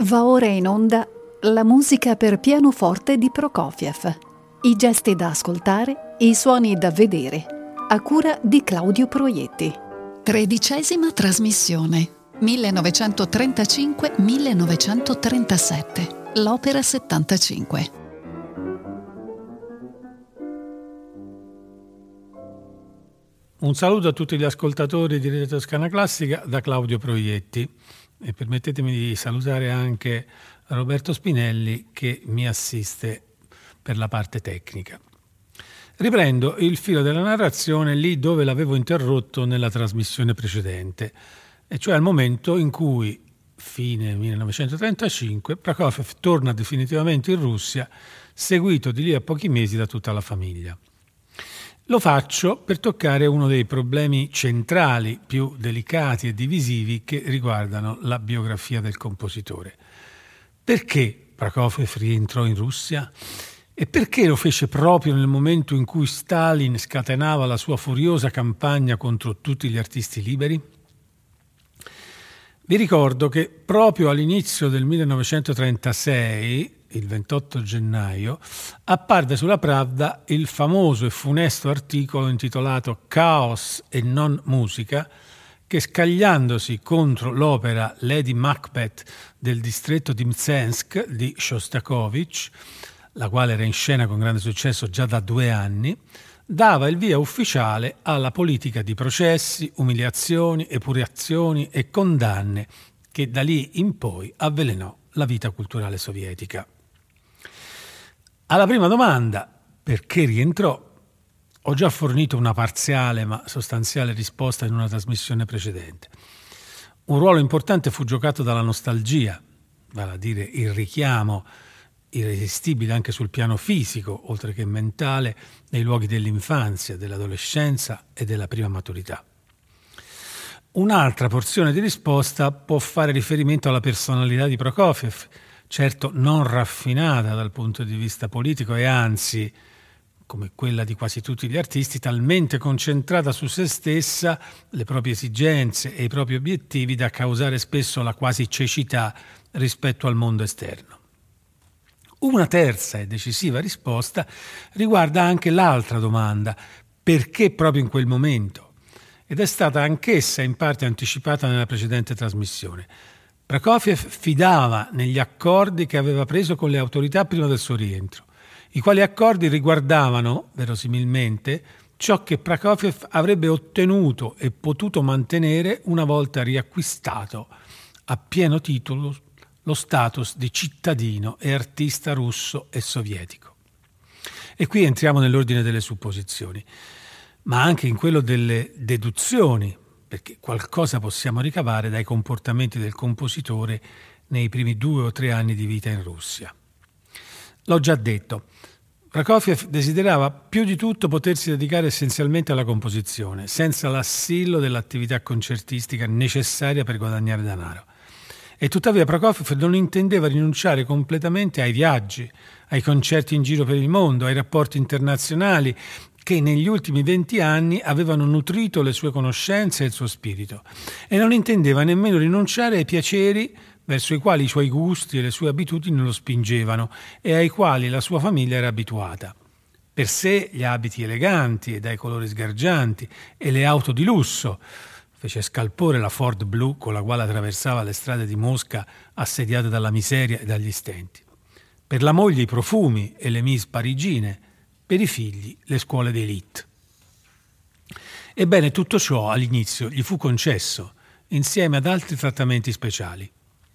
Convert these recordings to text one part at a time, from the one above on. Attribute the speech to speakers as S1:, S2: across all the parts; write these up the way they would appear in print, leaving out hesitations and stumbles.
S1: Va ora in onda la musica per pianoforte di Prokofiev, i gesti da ascoltare, i suoni da vedere, a cura di Claudio Proietti. 13ª trasmissione, 1935-1937, l'Opera 75.
S2: Un saluto a tutti gli ascoltatori di Rete Toscana Classica da Claudio Proietti e permettetemi di salutare anche Roberto Spinelli che mi assiste per la parte tecnica. Riprendo il filo della narrazione lì dove l'avevo interrotto nella trasmissione precedente, e cioè al momento in cui, fine 1935, Prokofiev torna definitivamente in Russia, seguito di lì a pochi mesi da tutta la famiglia. Lo faccio per toccare uno dei problemi centrali, più delicati e divisivi che riguardano la biografia del compositore. Perché Prokofiev rientrò in Russia? E perché lo fece proprio nel momento in cui Stalin scatenava la sua furiosa campagna contro tutti gli artisti liberi? Vi ricordo che proprio all'inizio del 1936, il 28 gennaio, apparve sulla Pravda il famoso e funesto articolo intitolato Caos e non musica, che scagliandosi contro l'opera Lady Macbeth del distretto di Mzensk di Shostakovich, la quale era in scena con grande successo già da 2 anni, dava il via ufficiale alla politica di processi, umiliazioni, epurazioni e condanne che da lì in poi avvelenò la vita culturale sovietica. Alla prima domanda, perché rientrò, ho già fornito una parziale ma sostanziale risposta in una trasmissione precedente. Un ruolo importante fu giocato dalla nostalgia, vale a dire il richiamo irresistibile anche sul piano fisico, oltre che mentale, nei luoghi dell'infanzia, dell'adolescenza e della prima maturità. Un'altra porzione di risposta può fare riferimento alla personalità di Prokofiev, certo non raffinata dal punto di vista politico e anzi, come quella di quasi tutti gli artisti, talmente concentrata su se stessa, le proprie esigenze e i propri obiettivi da causare spesso la quasi cecità rispetto al mondo esterno. Una terza e decisiva risposta riguarda anche l'altra domanda, perché proprio in quel momento? Ed è stata anch'essa in parte anticipata nella precedente trasmissione. Prokofiev fidava negli accordi che aveva preso con le autorità prima del suo rientro, i quali accordi riguardavano, verosimilmente, ciò che Prokofiev avrebbe ottenuto e potuto mantenere una volta riacquistato a pieno titolo lo status di cittadino e artista russo e sovietico. E qui entriamo nell'ordine delle supposizioni, ma anche in quello delle deduzioni, perché qualcosa possiamo ricavare dai comportamenti del compositore nei primi 2 o 3 anni di vita in Russia. L'ho già detto, Prokofiev desiderava più di tutto potersi dedicare essenzialmente alla composizione, senza l'assillo dell'attività concertistica necessaria per guadagnare denaro. E tuttavia Prokofiev non intendeva rinunciare completamente ai viaggi, ai concerti in giro per il mondo, ai rapporti internazionali che negli ultimi 20 anni avevano nutrito le sue conoscenze e il suo spirito, e non intendeva nemmeno rinunciare ai piaceri verso i quali i suoi gusti e le sue abitudini lo spingevano e ai quali la sua famiglia era abituata. Per sé gli abiti eleganti e dai colori sgargianti e le auto di lusso. Fece scalpore la Ford blu con la quale attraversava le strade di Mosca assediate dalla miseria e dagli stenti. Per la moglie i profumi e le mise parigine, per i figli le scuole d'élite. Ebbene, tutto ciò all'inizio gli fu concesso, insieme ad altri trattamenti speciali.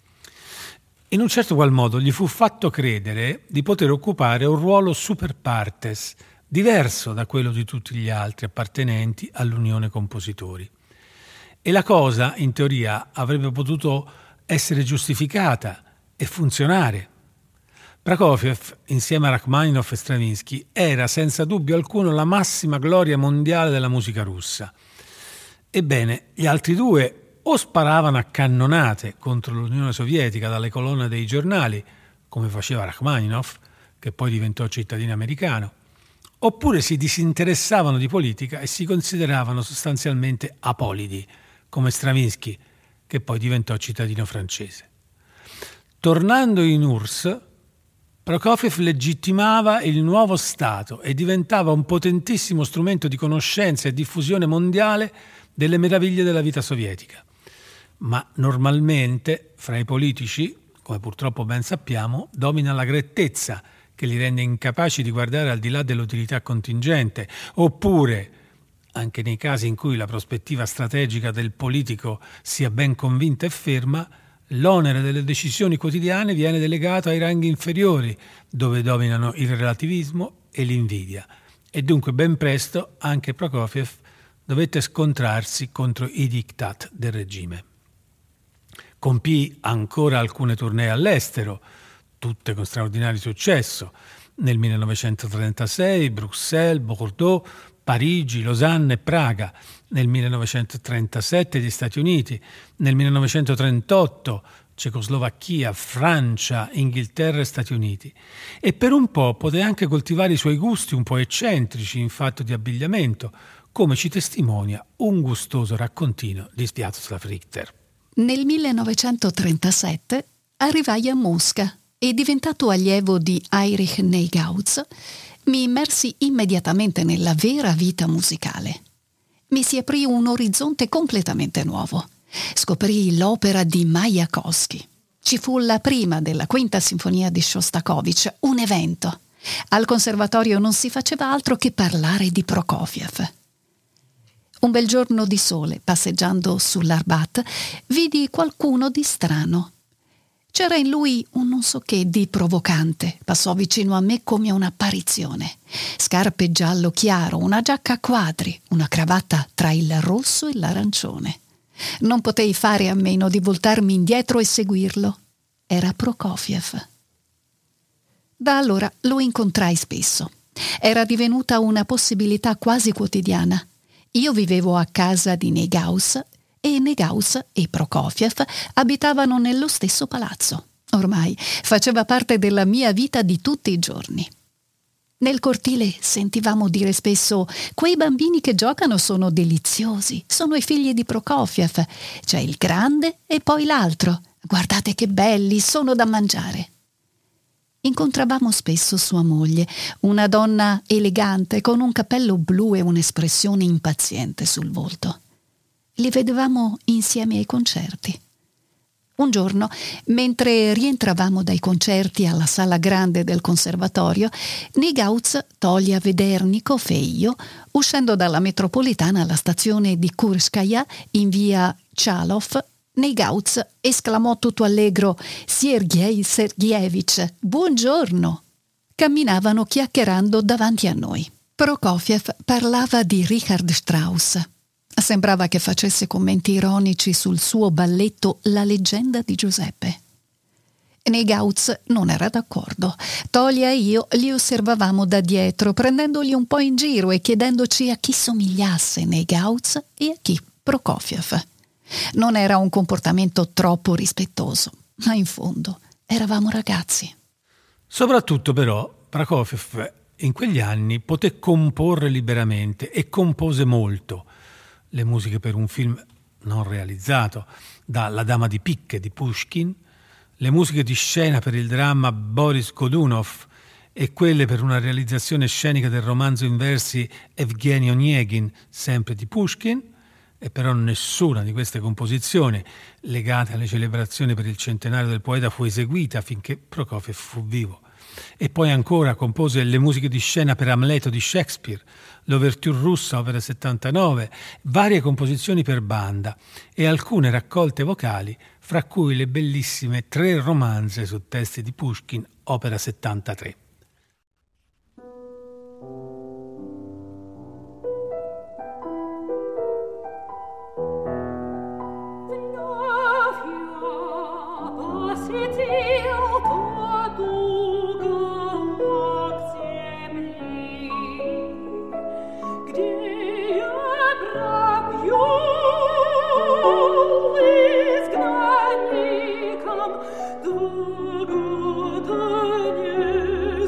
S2: In un certo qual modo gli fu fatto credere di poter occupare un ruolo super partes, diverso da quello di tutti gli altri appartenenti all'Unione Compositori. E la cosa, in teoria, avrebbe potuto essere giustificata e funzionare. Prokofiev, insieme a Rachmaninoff e Stravinsky, era senza dubbio alcuno la massima gloria mondiale della musica russa. Ebbene, gli altri due o sparavano a cannonate contro l'Unione Sovietica dalle colonne dei giornali, come faceva Rachmaninoff, che poi diventò cittadino americano, oppure si disinteressavano di politica e si consideravano sostanzialmente apolidi, come Stravinsky, che poi diventò cittadino francese. Tornando in URSS, Prokofiev legittimava il nuovo Stato e diventava un potentissimo strumento di conoscenza e diffusione mondiale delle meraviglie della vita sovietica. Ma normalmente, fra i politici, come purtroppo ben sappiamo, domina la grettezza, che li rende incapaci di guardare al di là dell'utilità contingente, oppure, anche nei casi in cui la prospettiva strategica del politico sia ben convinta e ferma, l'onere delle decisioni quotidiane viene delegato ai ranghi inferiori, dove dominano il relativismo e l'invidia. E dunque ben presto anche Prokofiev dovette scontrarsi contro i diktat del regime. Compì ancora alcune tournée all'estero, tutte con straordinario successo. Nel 1936 Bruxelles, Bordeaux, Parigi, Losanna e Praga. Nel 1937 gli Stati Uniti. Nel 1938 Cecoslovacchia, Francia, Inghilterra e Stati Uniti. E per un po' poté anche coltivare i suoi gusti un po' eccentrici in fatto di abbigliamento, come ci testimonia un gustoso raccontino di Sviatoslav Richter.
S1: Nel 1937 arrivai a Mosca e, diventato allievo di Heinrich Neugauz, mi immersi immediatamente nella vera vita musicale. Mi si aprì un orizzonte completamente nuovo. Scoprì l'opera di Majakovskij. Ci fu la prima della Quinta Sinfonia di Shostakovich, un evento. Al conservatorio non si faceva altro che parlare di Prokofiev. Un bel giorno di sole, passeggiando sull'Arbat, vidi qualcuno di strano. C'era in lui un non so che di provocante. Passò vicino a me come un'apparizione. Scarpe giallo chiaro, una giacca a quadri, una cravatta tra il rosso e l'arancione. Non potei fare a meno di voltarmi indietro e seguirlo. Era Prokofiev. Da allora lo incontrai spesso. Era divenuta una possibilità quasi quotidiana. Io vivevo a casa di Neugauz e Neugauz e Prokofiev abitavano nello stesso palazzo. Ormai faceva parte della mia vita di tutti i giorni. Nel cortile sentivamo dire spesso: quei bambini che giocano sono deliziosi, sono i figli di Prokofiev. C'è il grande e poi l'altro. Guardate che belli, sono da mangiare. Incontravamo spesso sua moglie, una donna elegante con un cappello blu e un'espressione impaziente sul volto. Li vedevamo insieme ai concerti. Un giorno, mentre rientravamo dai concerti alla sala grande del conservatorio, Neugauz toglie a Vedernikov e io, uscendo dalla metropolitana alla stazione di Kurskaya in via Chalov, Neugauz esclamò tutto allegro: «Sergej Sergejevich, buongiorno!» Camminavano chiacchierando davanti a noi. Prokofiev parlava di Richard Strauss. Sembrava che facesse commenti ironici sul suo balletto La leggenda di Giuseppe. Neugauz non era d'accordo. Tolia e io li osservavamo da dietro, prendendoli un po' in giro e chiedendoci a chi somigliasse Neugauz e a chi Prokofiev. Non era un comportamento troppo rispettoso, ma in fondo eravamo ragazzi.
S2: Soprattutto però Prokofiev in quegli anni poté comporre liberamente e compose molto. Le musiche per un film non realizzato, da La Dama di picche di Pushkin, le musiche di scena per il dramma Boris Godunov e quelle per una realizzazione scenica del romanzo in versi Evgeny Onegin, sempre di Pushkin. E però nessuna di queste composizioni legate alle celebrazioni per il centenario del poeta fu eseguita finché Prokofiev fu vivo. E poi ancora compose le musiche di scena per Amleto di Shakespeare, l'Ouverture russa, opera 79, varie composizioni per banda e alcune raccolte vocali, fra cui le bellissime 3 romanze su testi di Pushkin, opera 73.
S3: Дорого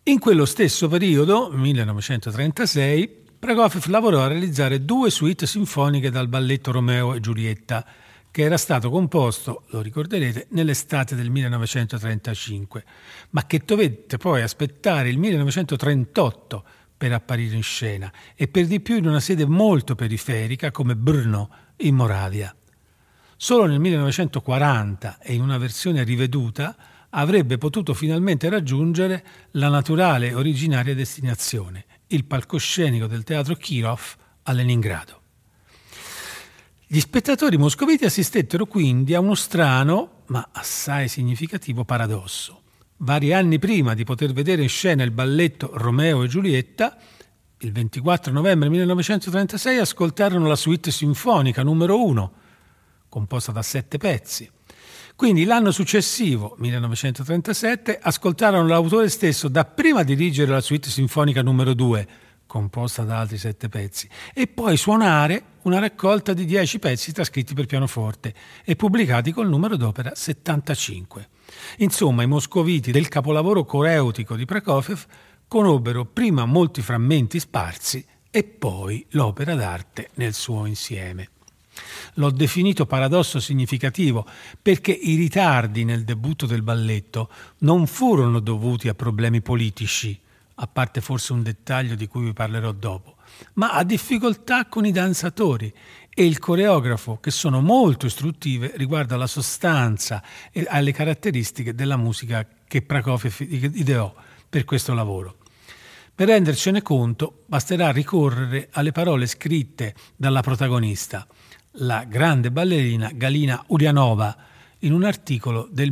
S2: In quello stesso periodo, 1936, Prokofiev lavorò a realizzare 2 suite sinfoniche dal balletto Romeo e Giulietta, che era stato composto, lo ricorderete, nell'estate del 1935, ma che dovette poi aspettare il 1938 per apparire in scena, e per di più in una sede molto periferica come Brno, in Moravia. Solo nel 1940 e in una versione riveduta avrebbe potuto finalmente raggiungere la naturale e originaria destinazione, il palcoscenico del teatro Kirov a Leningrado. Gli spettatori moscoviti assistettero quindi a uno strano, ma assai significativo paradosso. Vari anni prima di poter vedere in scena il balletto Romeo e Giulietta, il 24 novembre 1936 ascoltarono la suite sinfonica numero 1, composta da 7 pezzi. Quindi l'anno successivo, 1937, ascoltarono l'autore stesso dapprima dirigere la suite sinfonica numero 2, composta da altri 7 pezzi, e poi suonare una raccolta di 10 pezzi trascritti per pianoforte e pubblicati col numero d'opera 75. Insomma, i moscoviti del capolavoro coreutico di Prokofiev conobbero prima molti frammenti sparsi e poi l'opera d'arte nel suo insieme. L'ho definito paradosso significativo perché i ritardi nel debutto del balletto non furono dovuti a problemi politici, a parte forse un dettaglio di cui vi parlerò dopo, ma a difficoltà con i danzatori e il coreografo, che sono molto istruttive riguardo alla sostanza e alle caratteristiche della musica che Prokofiev ideò per questo lavoro. Per rendercene conto basterà ricorrere alle parole scritte dalla protagonista, la grande ballerina Galina Ulianova, in un articolo del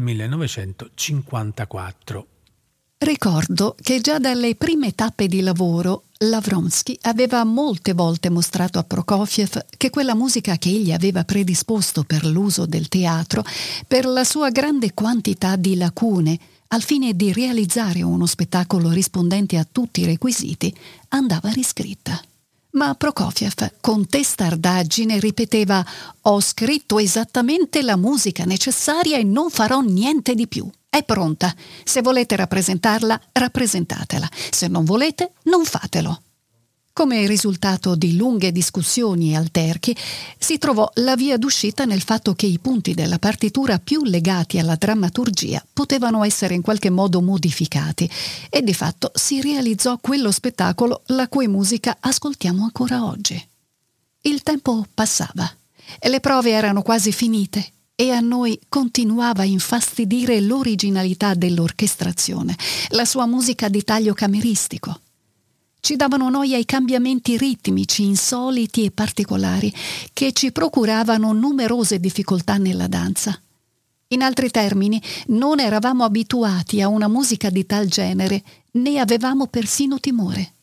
S2: 1954.
S1: Ricordo che già dalle prime tappe di lavoro Lavronsky aveva molte volte mostrato a Prokofiev che quella musica che egli aveva predisposto per l'uso del teatro, per la sua grande quantità di lacune, al fine di realizzare uno spettacolo rispondente a tutti i requisiti, andava riscritta. Ma Prokofiev, con testardaggine, ripeteva: «Ho scritto esattamente la musica necessaria e non farò niente di più. È pronta. Se volete rappresentarla, rappresentatela. Se non volete, non fatelo». Come risultato di lunghe discussioni e alterchi, si trovò la via d'uscita nel fatto che i punti della partitura più legati alla drammaturgia potevano essere in qualche modo modificati, e di fatto si realizzò quello spettacolo la cui musica ascoltiamo ancora oggi. Il tempo passava e le prove erano quasi finite, e a noi continuava a infastidire l'originalità dell'orchestrazione, la sua musica di taglio cameristico. Ci davano noia i cambiamenti ritmici insoliti e particolari che ci procuravano numerose difficoltà nella danza. In altri termini, non eravamo abituati a una musica di tal genere, ne avevamo persino timore.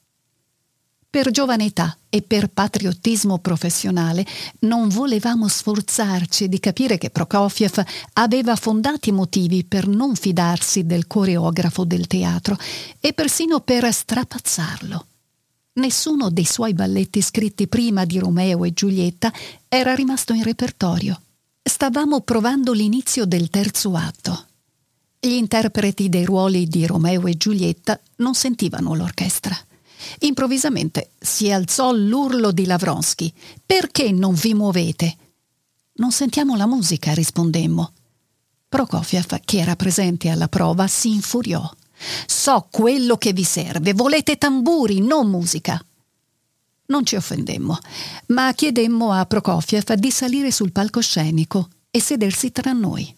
S1: Per giovane età e per patriottismo professionale non volevamo sforzarci di capire che Prokofiev aveva fondati motivi per non fidarsi del coreografo del teatro e persino per strapazzarlo. Nessuno dei suoi balletti scritti prima di Romeo e Giulietta era rimasto in repertorio. Stavamo provando l'inizio del terzo atto. Gli interpreti dei ruoli di Romeo e Giulietta non sentivano l'orchestra. Improvvisamente si alzò l'urlo di Lavronsky: «Perché non vi muovete?» «Non sentiamo la musica», rispondemmo. Prokofiev, che era presente alla prova, si infuriò. «So quello che vi serve, volete tamburi, non musica». Non ci offendemmo, ma chiedemmo a Prokofiev di salire sul palcoscenico e sedersi tra noi.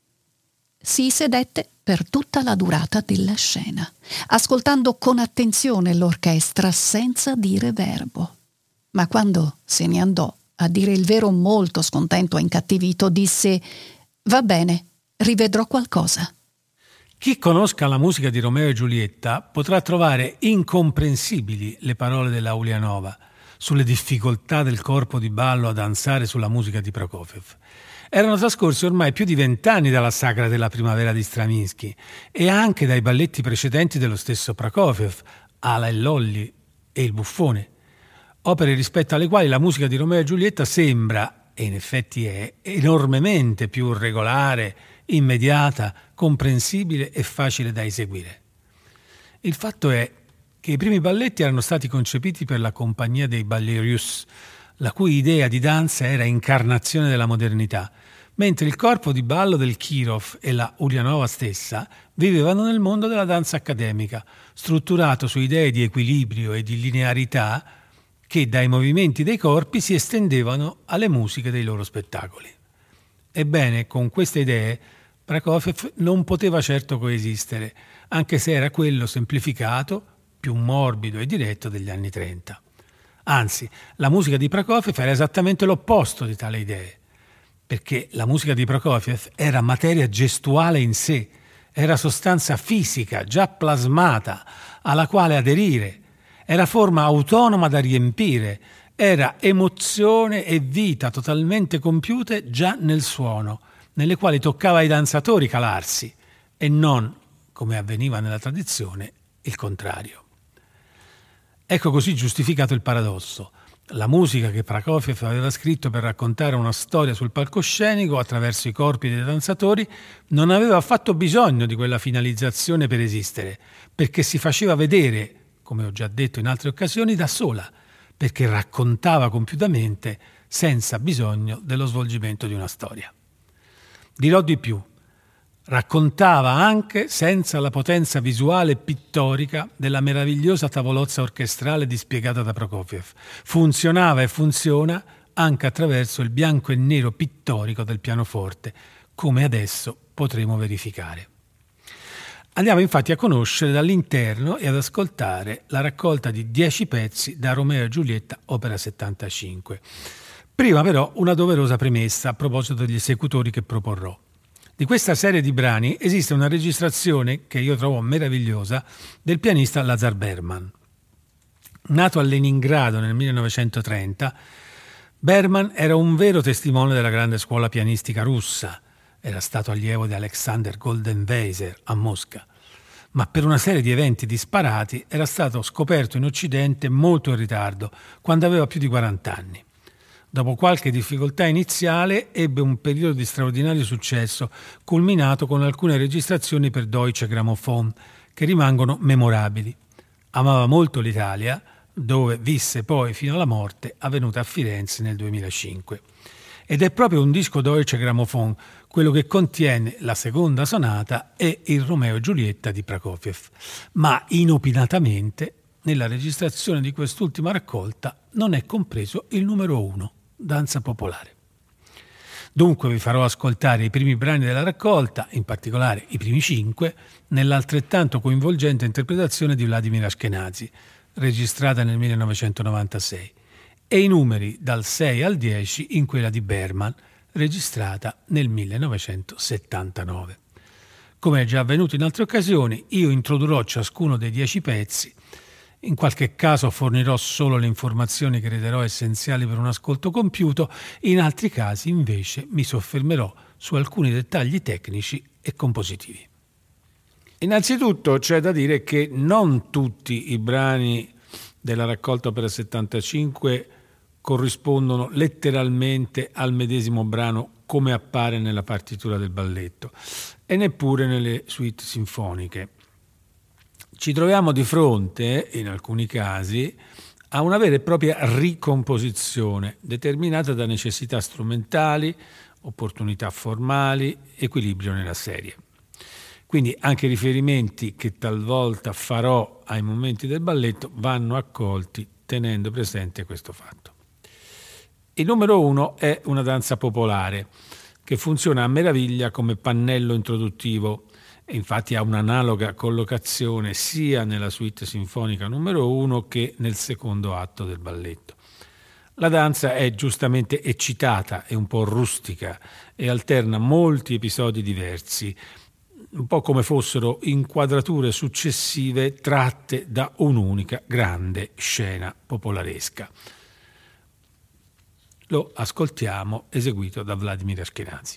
S1: Si sedette per tutta la durata della scena, ascoltando con attenzione l'orchestra senza dire verbo. Ma quando se ne andò, a dire il vero molto scontento e incattivito, disse: «Va bene, rivedrò qualcosa».
S2: Chi conosca la musica di Romeo e Giulietta potrà trovare incomprensibili le parole della Ulianova sulle difficoltà del corpo di ballo a danzare sulla musica di Prokofiev. Erano trascorsi ormai più di 20 anni dalla Sagra della primavera di Stravinsky e anche dai balletti precedenti dello stesso Prokofiev, Ala e Lolli e Il Buffone, opere rispetto alle quali la musica di Romeo e Giulietta sembra, e in effetti è, enormemente più regolare, immediata, comprensibile e facile da eseguire. Il fatto è che i primi balletti erano stati concepiti per la compagnia dei Ballets Russes, la cui idea di danza era incarnazione della modernità, mentre il corpo di ballo del Kirov e la Ulianova stessa vivevano nel mondo della danza accademica, strutturato su idee di equilibrio e di linearità che dai movimenti dei corpi si estendevano alle musiche dei loro spettacoli. Ebbene, con queste idee Prokofiev non poteva certo coesistere, anche se era quello semplificato, più morbido e diretto degli anni 30. Anzi, la musica di Prokofiev era esattamente l'opposto di tale idee, perché la musica di Prokofiev era materia gestuale in sé, era sostanza fisica già plasmata alla quale aderire, era forma autonoma da riempire, era emozione e vita totalmente compiute già nel suono, nelle quali toccava ai danzatori calarsi e non, come avveniva nella tradizione, il contrario. Ecco così giustificato il paradosso. La musica che Prokofiev aveva scritto per raccontare una storia sul palcoscenico attraverso i corpi dei danzatori non aveva affatto bisogno di quella finalizzazione per esistere, perché si faceva vedere, come ho già detto in altre occasioni, da sola, perché raccontava compiutamente senza bisogno dello svolgimento di una storia. Dirò di più. Raccontava anche senza la potenza visuale e pittorica della meravigliosa tavolozza orchestrale dispiegata da Prokofiev. Funzionava e funziona anche attraverso il bianco e nero pittorico del pianoforte, come adesso potremo verificare. Andiamo infatti a conoscere dall'interno e ad ascoltare la raccolta di 10 pezzi da Romeo e Giulietta, opera 75. Prima però una doverosa premessa a proposito degli esecutori che proporrò. Di questa serie di brani esiste una registrazione, che io trovo meravigliosa, del pianista Lazar Berman. Nato a Leningrado nel 1930, Berman era un vero testimone della grande scuola pianistica russa. Era stato allievo di Alexander Goldenweiser a Mosca, ma per una serie di eventi disparati era stato scoperto in Occidente molto in ritardo, quando aveva più di 40 anni. Dopo qualche difficoltà iniziale ebbe un periodo di straordinario successo, culminato con alcune registrazioni per Deutsche Grammophon, che rimangono memorabili. Amava molto l'Italia, dove visse poi fino alla morte, avvenuta a Firenze nel 2005. Ed è proprio un disco Deutsche Grammophon quello che contiene la seconda sonata e il Romeo e Giulietta di Prokofiev, ma inopinatamente nella registrazione di quest'ultima raccolta non è compreso il numero 1, Danza popolare. Dunque vi farò ascoltare i primi brani della raccolta, in particolare i primi 5, nell'altrettanto coinvolgente interpretazione di Vladimir Ashkenazy, registrata nel 1996, e i numeri dal 6 al 10 in quella di Berman, registrata nel 1979. Come è già avvenuto in altre occasioni, io introdurrò ciascuno dei 10 pezzi. In qualche caso fornirò solo le informazioni che riterrò essenziali per un ascolto compiuto, in altri casi invece mi soffermerò su alcuni dettagli tecnici e compositivi. Innanzitutto c'è da dire che non tutti i brani della raccolta opera 75 corrispondono letteralmente al medesimo brano come appare nella partitura del balletto e neppure nelle suite sinfoniche. Ci troviamo di fronte, in alcuni casi, a una vera e propria ricomposizione determinata da necessità strumentali, opportunità formali, equilibrio nella serie. Quindi anche i riferimenti che talvolta farò ai momenti del balletto vanno accolti tenendo presente questo fatto. Il numero 1 è una danza popolare che funziona a meraviglia come pannello introduttivo. Infatti ha un'analoga collocazione sia nella suite sinfonica numero 1 che nel secondo atto del balletto. La danza è giustamente eccitata e un po' rustica e alterna molti episodi diversi, un po' come fossero inquadrature successive tratte da un'unica grande scena popolaresca. Lo ascoltiamo eseguito da Vladimir Ashkenazy.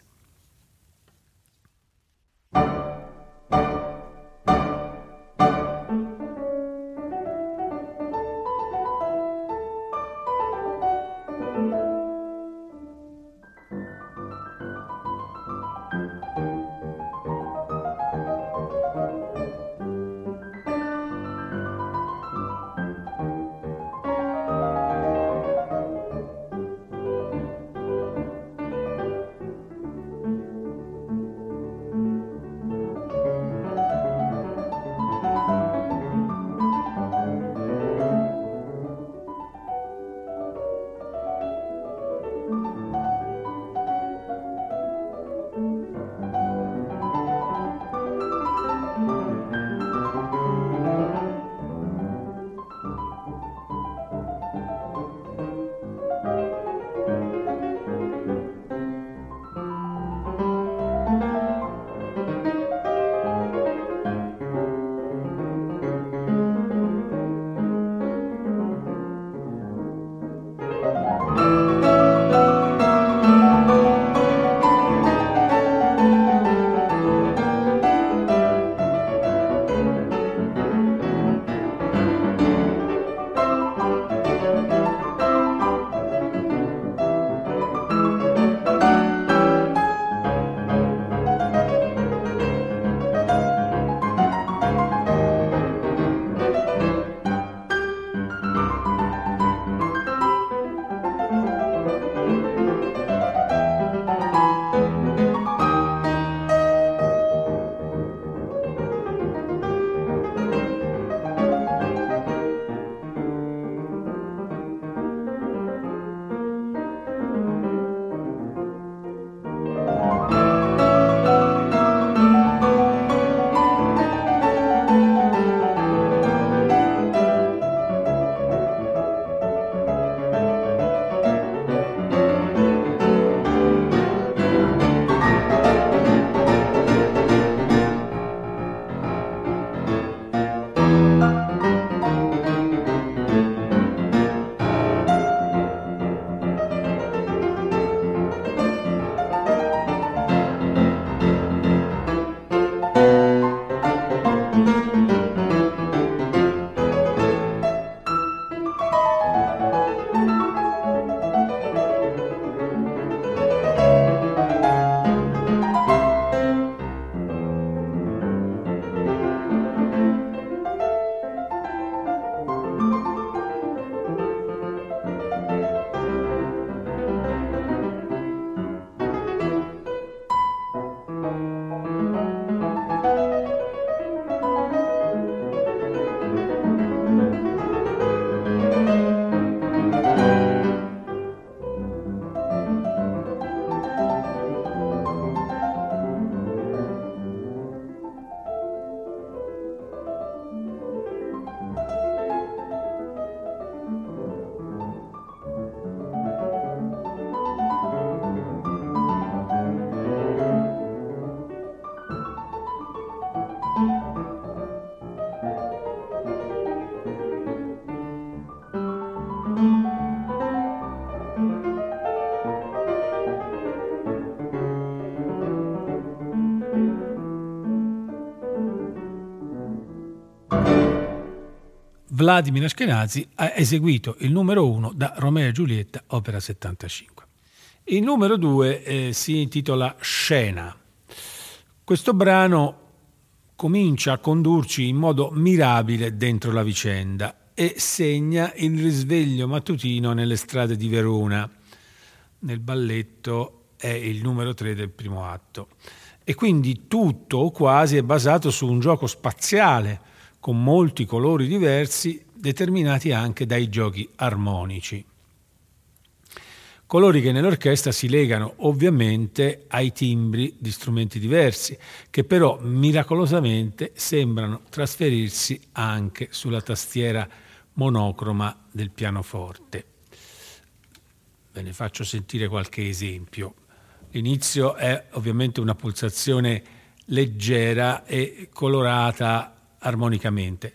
S2: Vladimir Ashkenazy ha eseguito il numero 1 da Romeo e Giulietta, opera 75. Il numero 2 si intitola Scena. Questo brano comincia a condurci in modo mirabile dentro la vicenda e segna il risveglio mattutino nelle strade di Verona. Nel balletto è il numero 3 del primo atto. E quindi tutto o quasi è basato su un gioco spaziale con molti colori diversi determinati anche dai giochi armonici. Colori che nell'orchestra si legano ovviamente ai timbri di strumenti diversi, che però miracolosamente sembrano trasferirsi anche sulla tastiera monocroma del pianoforte. Ve ne faccio sentire qualche esempio. L'inizio è ovviamente una pulsazione leggera e colorata armonicamente.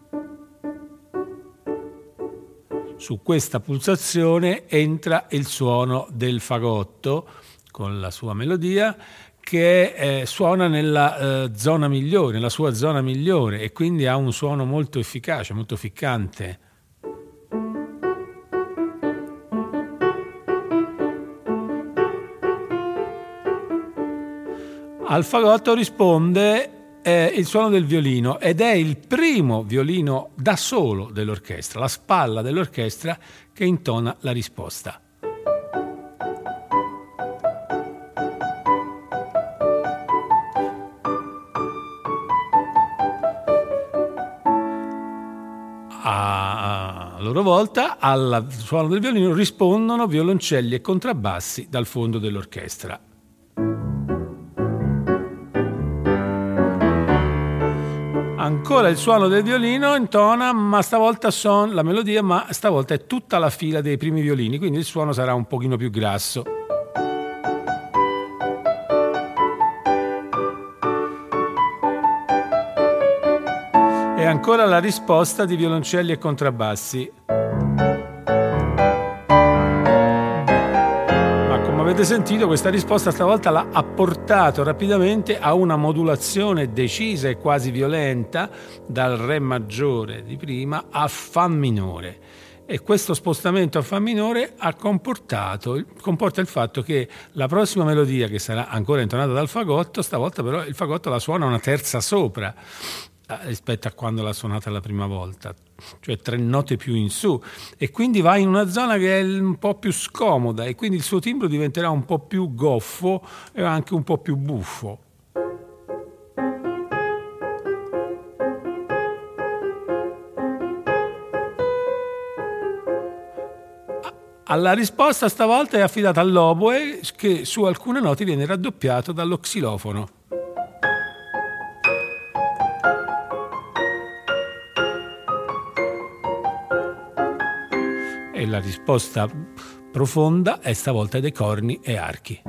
S2: Su questa pulsazione entra il suono del fagotto con la sua melodia che suona nella zona migliore, nella sua zona migliore, e quindi ha un suono molto efficace, molto ficcante. Al fagotto risponde il suono del violino, ed è il primo violino da solo dell'orchestra, la spalla dell'orchestra che intona la risposta. A loro volta al suono del violino rispondono violoncelli e contrabbassi dal fondo dell'orchestra. Ancora il suono del violino intona, ma stavolta la melodia, ma stavolta è tutta la fila dei primi violini, quindi il suono sarà un pochino più grasso. E ancora la risposta di violoncelli e contrabbassi. Avete sentito, questa risposta stavolta l'ha apportato rapidamente a una modulazione decisa e quasi violenta dal re maggiore di prima a fa minore, e questo spostamento a fa minore comporta il fatto che la prossima melodia, che sarà ancora intonata dal fagotto, stavolta però il fagotto la suona una terza sopra rispetto a quando l'ha suonata la prima volta, cioè 3 note più in su, e quindi va in una zona che è un po' più scomoda, e quindi il suo timbro diventerà un po' più goffo e anche un po' più buffo. Alla risposta stavolta è affidata all'oboe, che su alcune note viene raddoppiato dallo xilofono. E la risposta profonda è stavolta dei corni e archi,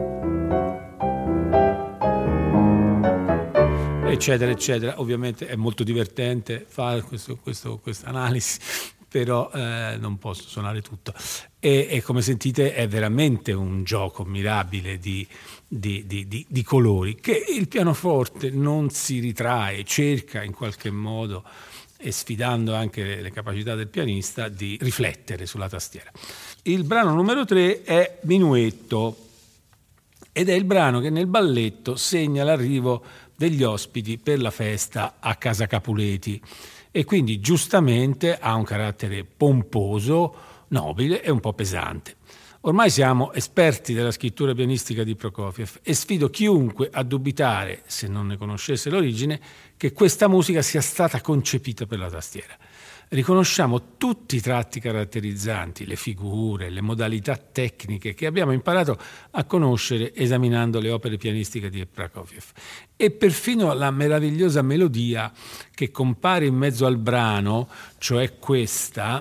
S2: eccetera eccetera. Ovviamente è molto divertente fare questa analisi, però non posso suonare tutto, e come sentite è veramente un gioco mirabile di colori che il pianoforte non si ritrae, cerca in qualche modo, e sfidando anche le capacità del pianista, di riflettere sulla tastiera. Il brano numero 3 è Minuetto, ed è il brano che nel balletto segna l'arrivo degli ospiti per la festa a casa Capuleti, e quindi giustamente ha un carattere pomposo, nobile e un po' pesante. Ormai siamo esperti della scrittura pianistica di Prokofiev e sfido chiunque a dubitare, se non ne conoscesse l'origine, che questa musica sia stata concepita per la tastiera. Riconosciamo tutti i tratti caratterizzanti, le figure, le modalità tecniche che abbiamo imparato a conoscere esaminando le opere pianistiche di Prokofiev, e perfino la meravigliosa melodia che compare in mezzo al brano, cioè questa.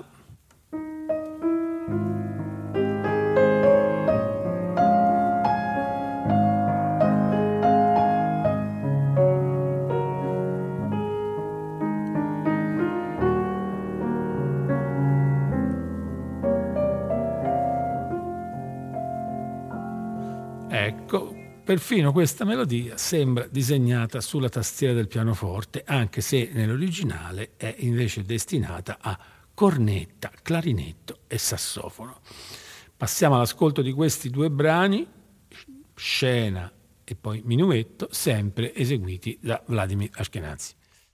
S2: Ecco, perfino questa melodia sembra disegnata sulla tastiera del pianoforte, anche se nell'originale è invece destinata a cornetta, clarinetto e sassofono. Passiamo all'ascolto di questi due brani, Scena e poi Minuetto, sempre eseguiti da Vladimir Ashkenazy.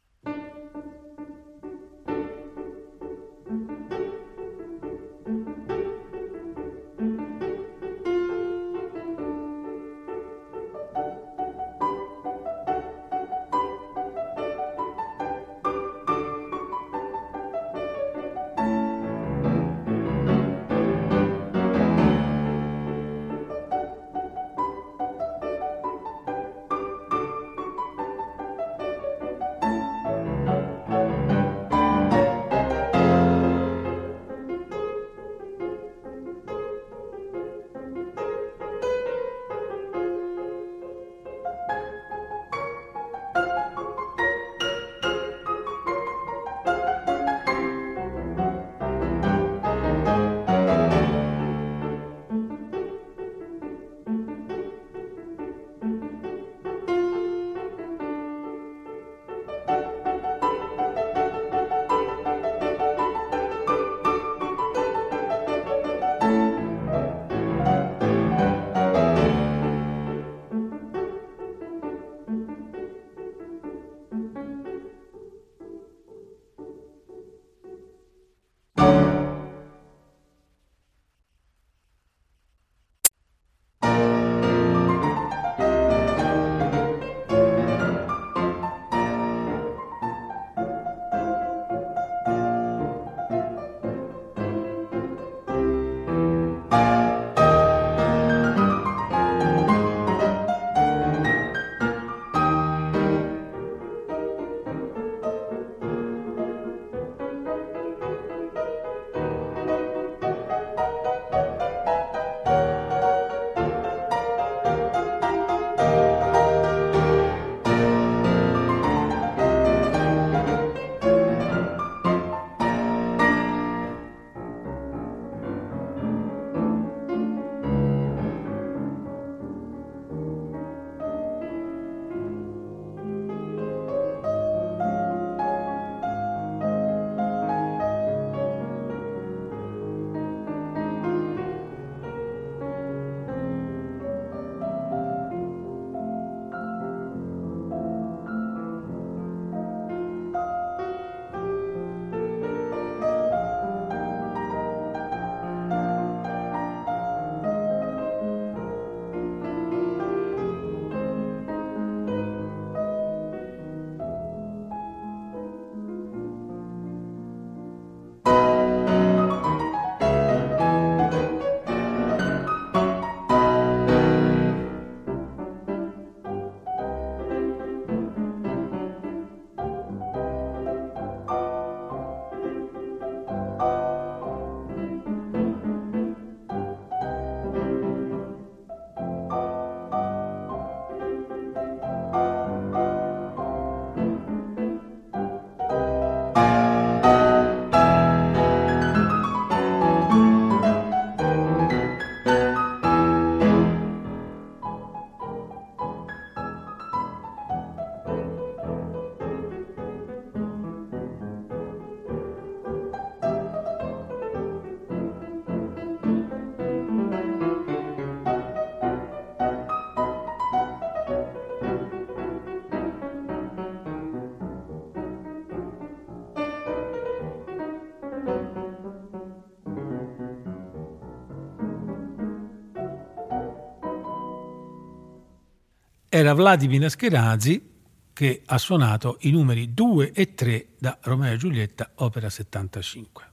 S2: Era Vladimir Ashkenazy che ha suonato i numeri 2 e 3 da Romeo e Giulietta, opera 75.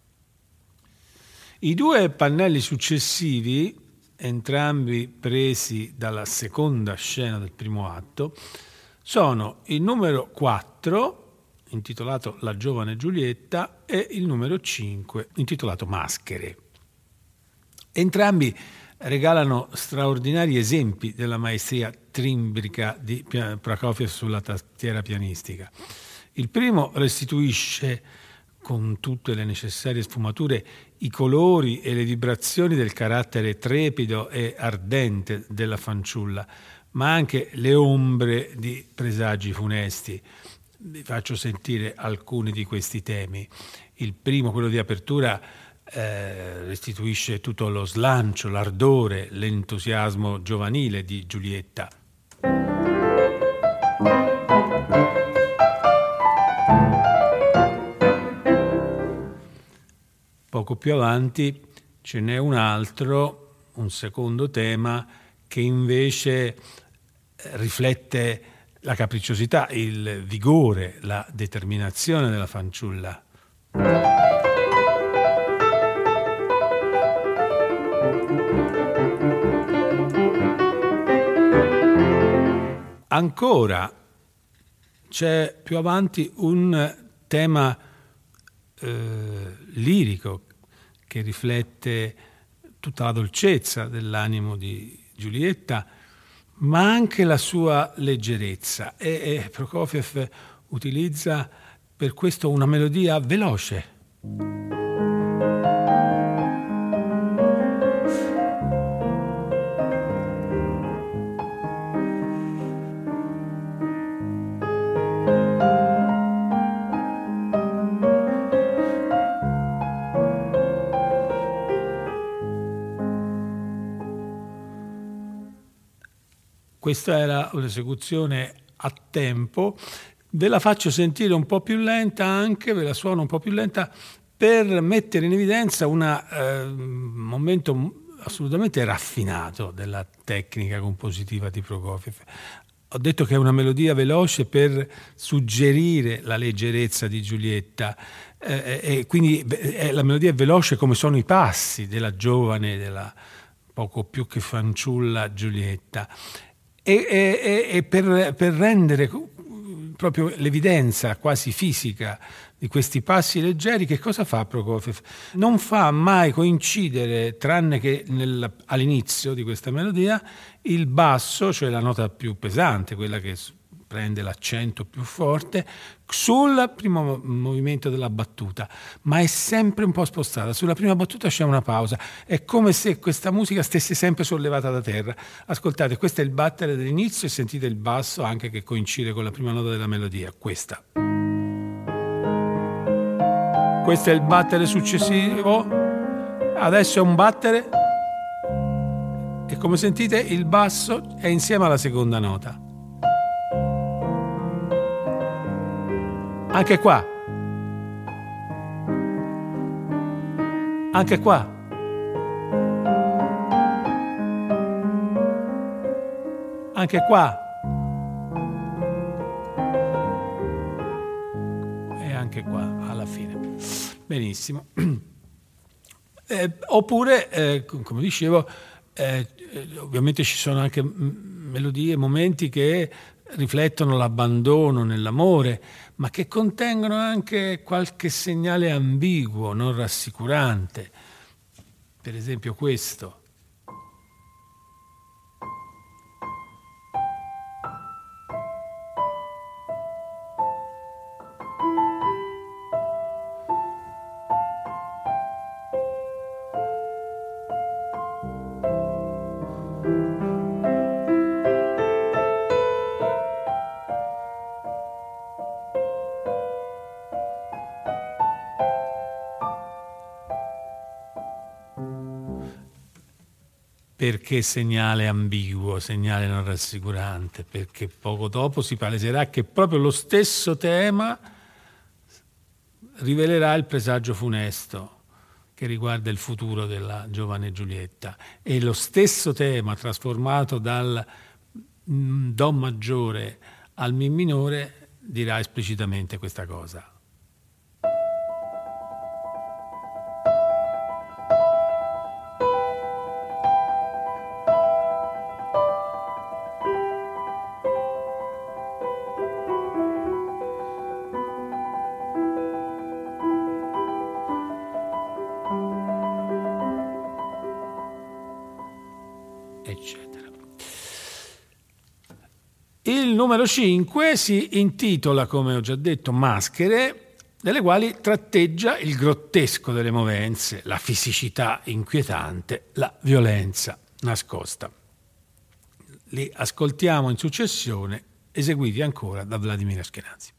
S2: I due pannelli successivi, entrambi presi dalla seconda scena del primo atto, sono il numero 4, intitolato La giovane Giulietta, e il numero 5, intitolato Maschere. Entrambi regalano straordinari esempi della maestria timbrica di Prokofiev sulla tastiera pianistica. Il primo restituisce, con tutte le necessarie sfumature, i colori e le vibrazioni del carattere trepido e ardente della fanciulla, ma anche le ombre di presagi funesti. Vi faccio sentire alcuni di questi temi. Il primo, quello di apertura, restituisce tutto lo slancio, l'ardore, l'entusiasmo giovanile di Giulietta. Poco più avanti ce n'è un altro, un secondo tema, che invece riflette la capricciosità, il vigore, la determinazione della fanciulla. Ancora c'è più avanti un tema lirico che riflette tutta la dolcezza dell'animo di Giulietta, ma anche la sua leggerezza. E Prokofiev utilizza per questo una melodia veloce. Questa era un'esecuzione a tempo, ve la faccio sentire un po' più lenta anche, ve la suono un po' più lenta per mettere in evidenza un momento assolutamente raffinato della tecnica compositiva di Prokofiev. Ho detto che è una melodia veloce per suggerire la leggerezza di Giulietta, e quindi la melodia è veloce come sono i passi della giovane, della poco più che fanciulla Giulietta. E per rendere proprio l'evidenza quasi fisica di questi passi leggeri, che cosa fa Prokofiev? Non fa mai coincidere, tranne che all'inizio di questa melodia, il basso, cioè la nota più pesante, quella che prende l'accento più forte, sul primo movimento della battuta, ma è sempre un po' spostata. Sulla prima battuta c'è una pausa, è come se questa musica stesse sempre sollevata da terra. Ascoltate, questo è il battere dell'inizio e sentite il basso anche che coincide con la prima nota della melodia, questa. Questo è il battere successivo, adesso è un battere e come sentite il basso è insieme alla seconda nota. Anche qua. Anche qua. Anche qua. E anche qua alla fine. Benissimo. Oppure, come dicevo, ovviamente ci sono anche melodie, momenti che riflettono l'abbandono nell'amore, ma che contengono anche qualche segnale ambiguo, non rassicurante. Per esempio questo. Perché segnale ambiguo, segnale non rassicurante? Perché poco dopo si paleserà che proprio lo stesso tema rivelerà il presagio funesto che riguarda il futuro della giovane Giulietta. E lo stesso tema trasformato dal Do maggiore al Mi minore dirà esplicitamente questa cosa. Eccetera. Il numero 5 si intitola, come ho già detto, Maschere, nelle quali tratteggia il grottesco delle movenze, la fisicità inquietante, la violenza nascosta. li ascoltiamo in successione, eseguiti ancora da Vladimir Ashkenazy.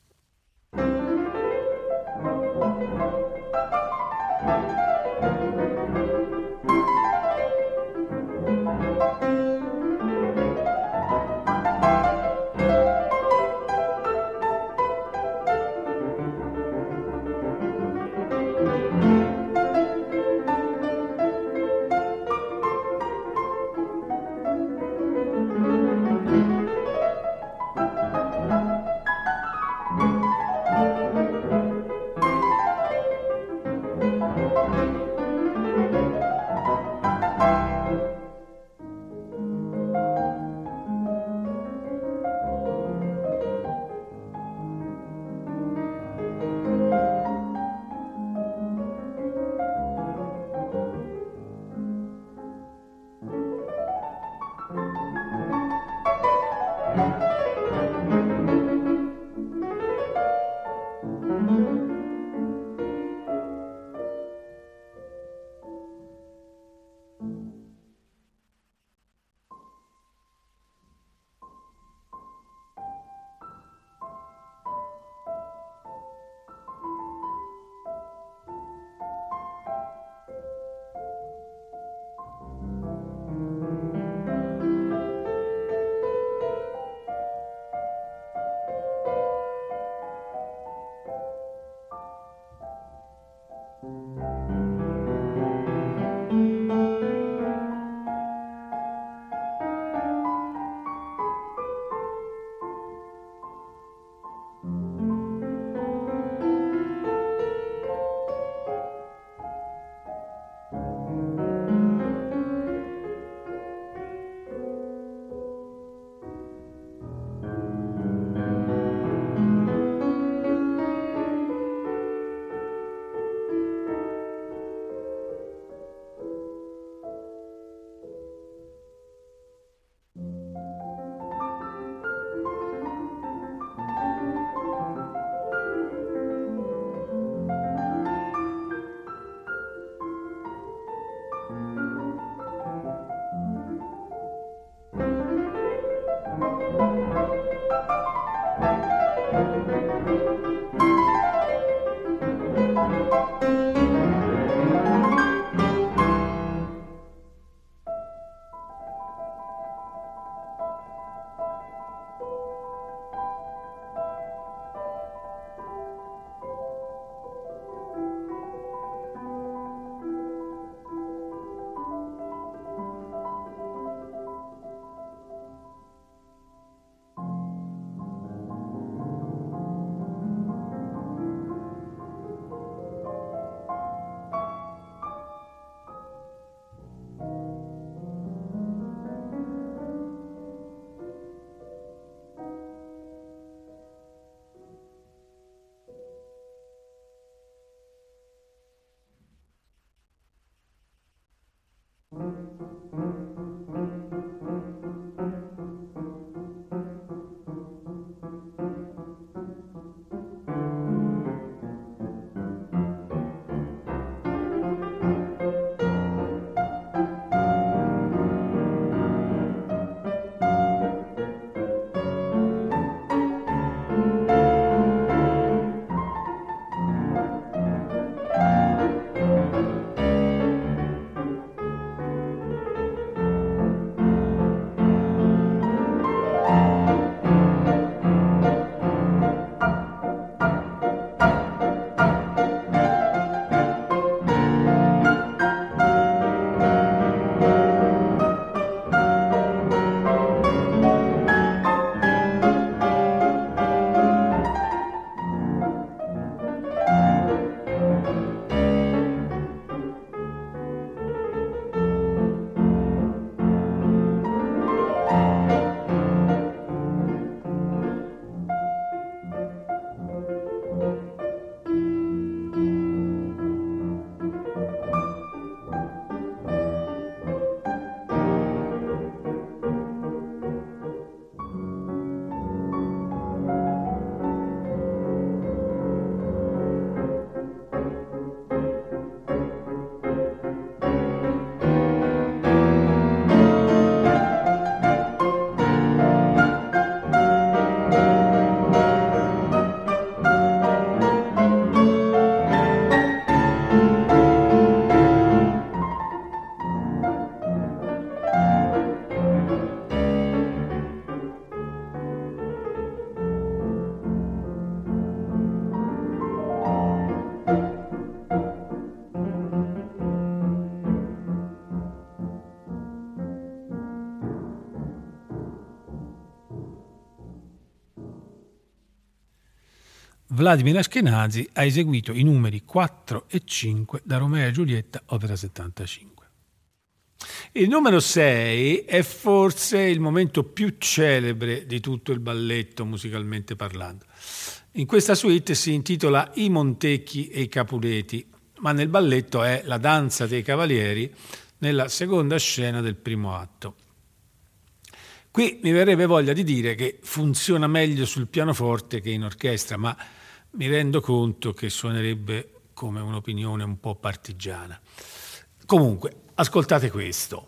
S2: Vladimir Ashkenazy ha eseguito i numeri 4 e 5 da Romeo e Giulietta, opera 75. Il numero 6 è forse il momento più celebre di tutto il balletto, musicalmente parlando. In questa suite si intitola I Montecchi e i Capuleti, ma nel balletto è la danza dei cavalieri nella seconda scena del primo atto. Qui mi verrebbe voglia di dire che funziona meglio sul pianoforte che in orchestra, ma mi rendo conto che suonerebbe come un'opinione un po' partigiana. Comunque, ascoltate questo.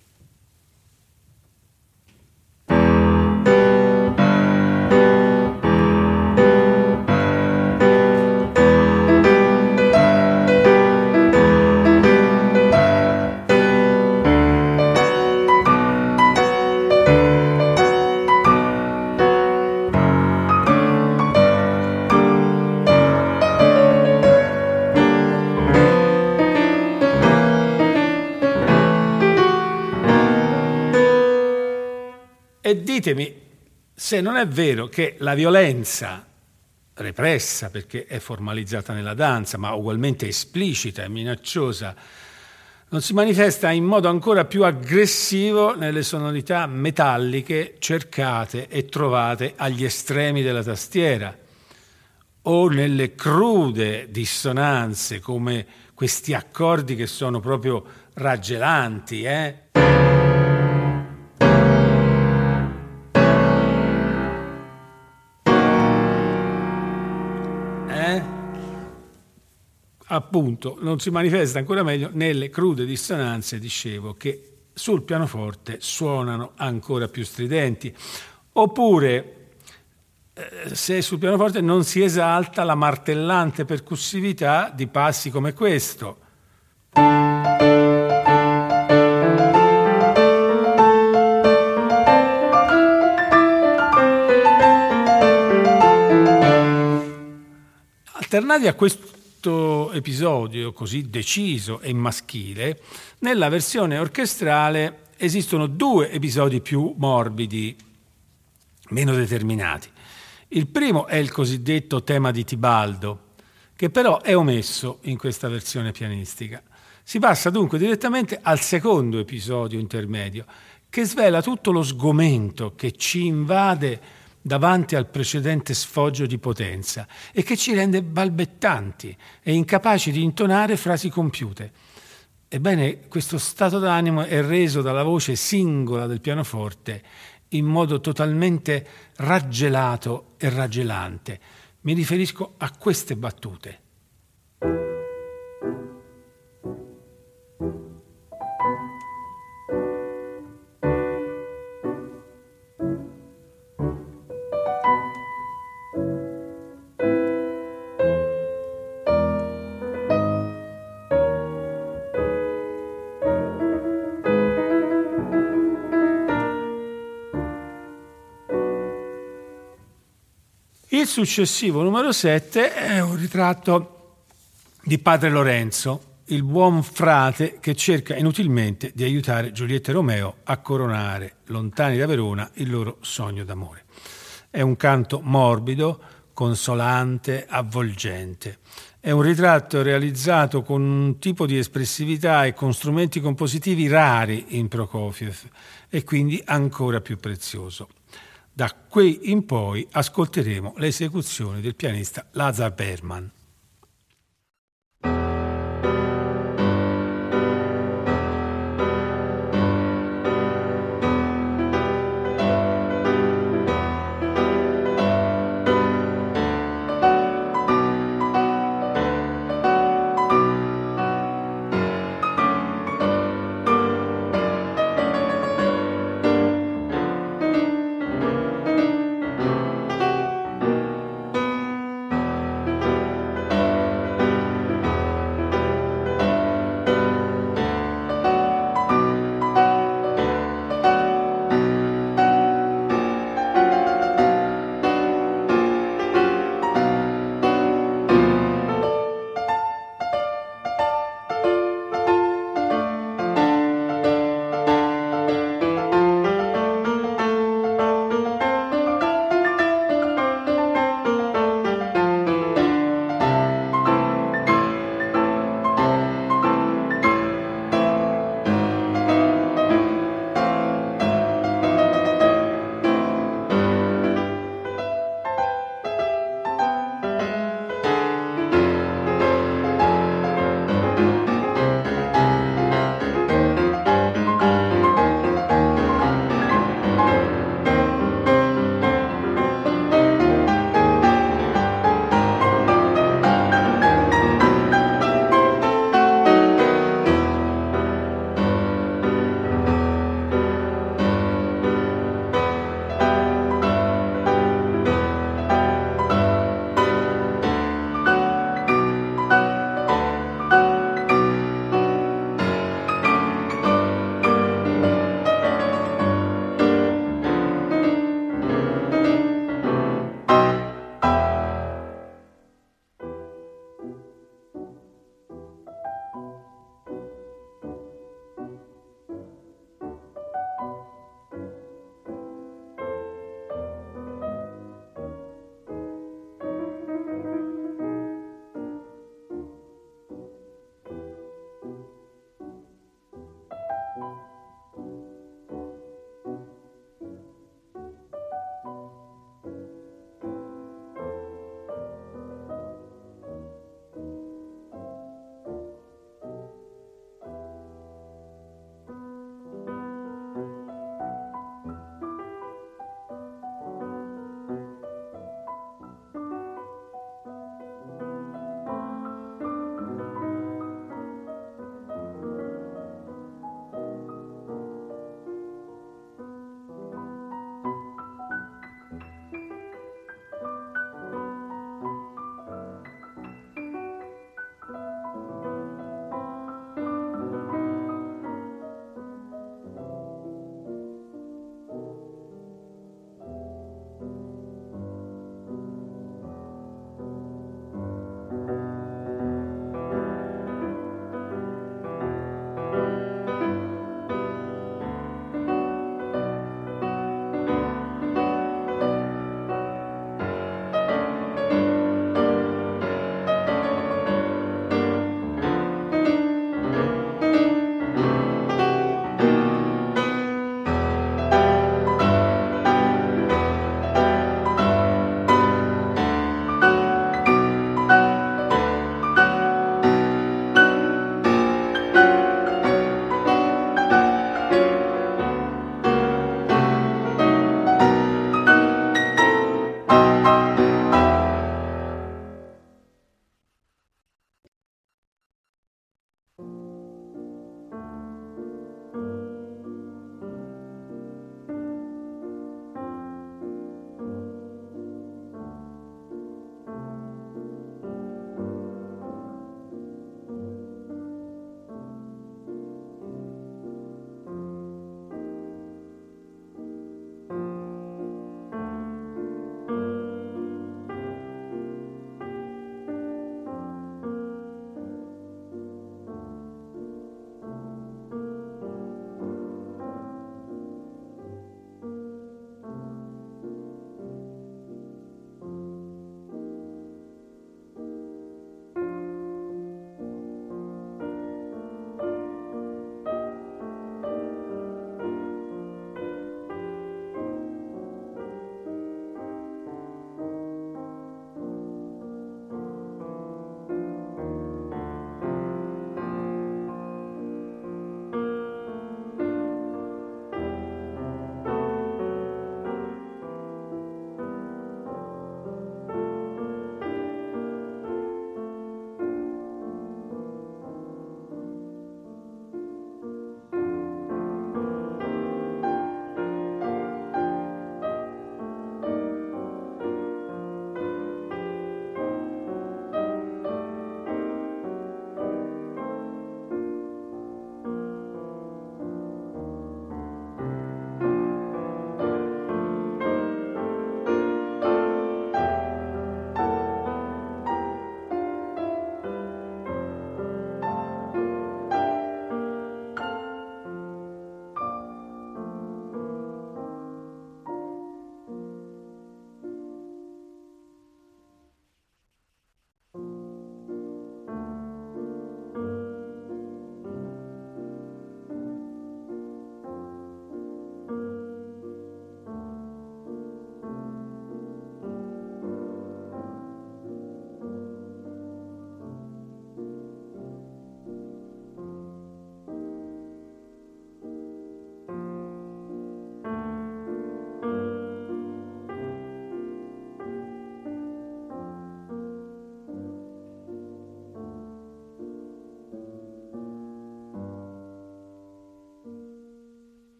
S2: E ditemi se non è vero che la violenza repressa, perché è formalizzata nella danza, ma ugualmente esplicita e minacciosa, non si manifesta in modo ancora più aggressivo nelle sonorità metalliche cercate e trovate agli estremi della tastiera, o nelle crude dissonanze come questi accordi che sono proprio raggelanti, Appunto, non si manifesta ancora meglio nelle crude dissonanze, dicevo, che sul pianoforte suonano ancora più stridenti. Oppure, se sul pianoforte non si esalta la martellante percussività di passi come questo. Alternati a questo episodio così deciso e maschile, nella versione orchestrale esistono due episodi più morbidi, meno determinati. Il primo è il cosiddetto tema di Tibaldo, che però è omesso in questa versione pianistica. Si passa dunque direttamente al secondo episodio intermedio, che svela tutto lo sgomento che ci invade davanti al precedente sfoggio di potenza e che ci rende balbettanti e incapaci di intonare frasi compiute. Ebbene, questo stato d'animo è reso dalla voce singola del pianoforte in modo totalmente raggelato e raggelante. Mi riferisco a queste battute. Il successivo numero 7 è un ritratto di padre Lorenzo, il buon frate che cerca inutilmente di aiutare Giulietta e Romeo a coronare, lontani da Verona, il loro sogno d'amore. È un canto morbido, consolante, avvolgente. È un ritratto realizzato con un tipo di espressività e con strumenti compositivi rari in Prokofiev e quindi ancora più prezioso. Da qui in poi ascolteremo le esecuzioni del pianista Lazar Berman.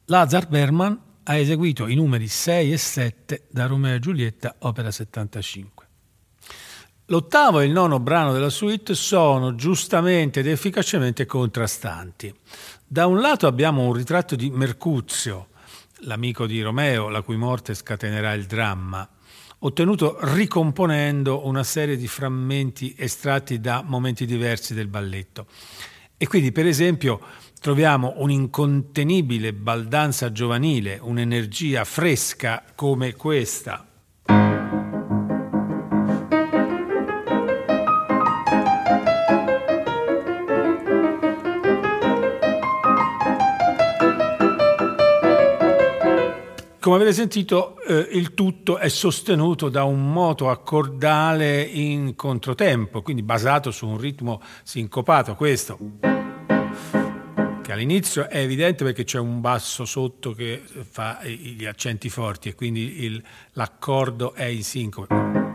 S2: Lazar Berman ha eseguito i numeri 6 e 7 da Romeo e Giulietta, opera 75. L'ottavo e il nono brano della suite sono giustamente ed efficacemente contrastanti. Da un lato abbiamo un ritratto di Mercuzio, l'amico di Romeo, la cui morte scatenerà il dramma, ottenuto ricomponendo una serie di frammenti estratti da momenti diversi del balletto. E quindi, per esempio, troviamo un'incontenibile baldanza giovanile, un'energia fresca come questa. Come avete sentito, il tutto è sostenuto da un moto accordale in controtempo, quindi basato su un ritmo sincopato. Questo, che all'inizio è evidente perché c'è un basso sotto che fa gli accenti forti e quindi l'accordo è in sincope.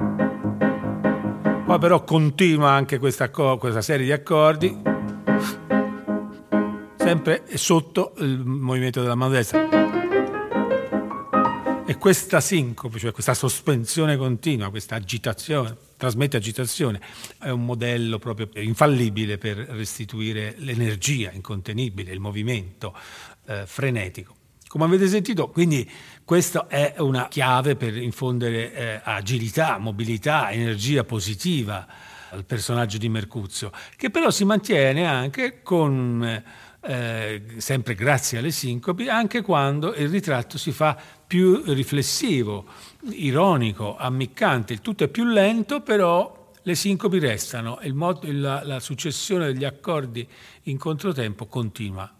S2: Poi però continua anche questa serie di accordi, sempre sotto il movimento della mano destra. E questa sincope, cioè questa sospensione continua, questa agitazione, trasmette agitazione, è un modello proprio infallibile per restituire l'energia incontenibile, il movimento frenetico. Come avete sentito, quindi questa è una chiave per infondere agilità, mobilità, energia positiva al personaggio di Mercuzio, che però si mantiene anche con... sempre grazie alle sincopi, anche quando il ritratto si fa più riflessivo, ironico, ammiccante. Il tutto è più lento, però le sincopi restano e la successione degli accordi in controtempo continua.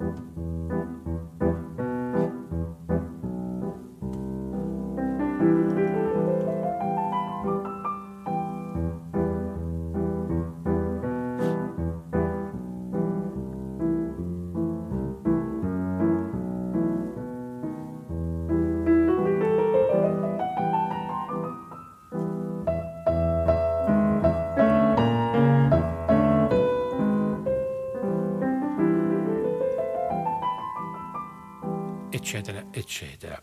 S2: Eccetera, eccetera.